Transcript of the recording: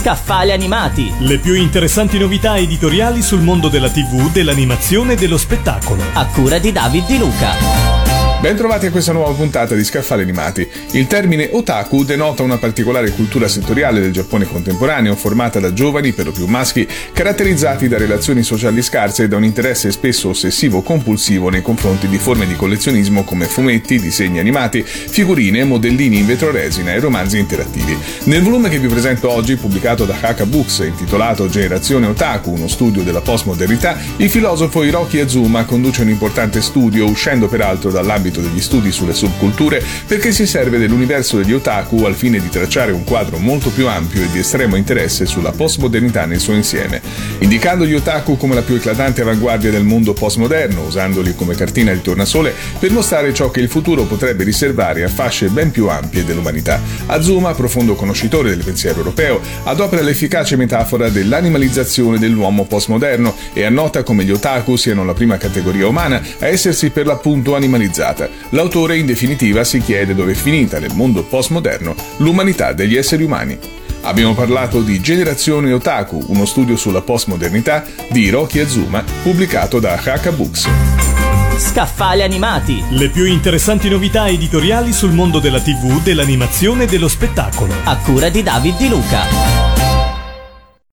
Scaffali animati. Le più interessanti novità editoriali sul mondo della TV, dell'animazione e dello spettacolo. A cura di David Di Luca. Bentrovati a questa nuova puntata di Scaffali Animati. Il termine otaku denota una particolare cultura settoriale del Giappone contemporaneo, formata da giovani, per lo più maschi, caratterizzati da relazioni sociali scarse e da un interesse spesso ossessivo-compulsivo nei confronti di forme di collezionismo come fumetti, disegni animati, figurine, modellini in vetroresina e romanzi interattivi. Nel volume che vi presento oggi, pubblicato da Haka Books, intitolato Generazione Otaku, uno studio della postmodernità, il filosofo Hiroki Azuma conduce un importante studio, uscendo peraltro dall'ambito degli studi sulle subculture, perché si serve dell'universo degli otaku al fine di tracciare un quadro molto più ampio e di estremo interesse sulla postmodernità nel suo insieme, indicando gli otaku come la più eclatante avanguardia del mondo postmoderno, usandoli come cartina di tornasole per mostrare ciò che il futuro potrebbe riservare a fasce ben più ampie dell'umanità. Azuma, profondo conoscitore del pensiero europeo, adopera l'efficace metafora dell'animalizzazione dell'uomo postmoderno e annota come gli otaku siano la prima categoria umana a essersi per l'appunto animalizzata. L'autore in definitiva si chiede dove è finita nel mondo postmoderno l'umanità degli esseri umani. Abbiamo parlato di Generazione Otaku, uno studio sulla postmodernità di Hiroki Azuma, pubblicato da Haka Books. Scaffali animati. Le più interessanti novità editoriali sul mondo della TV, dell'animazione e dello spettacolo. A cura di David Di Luca.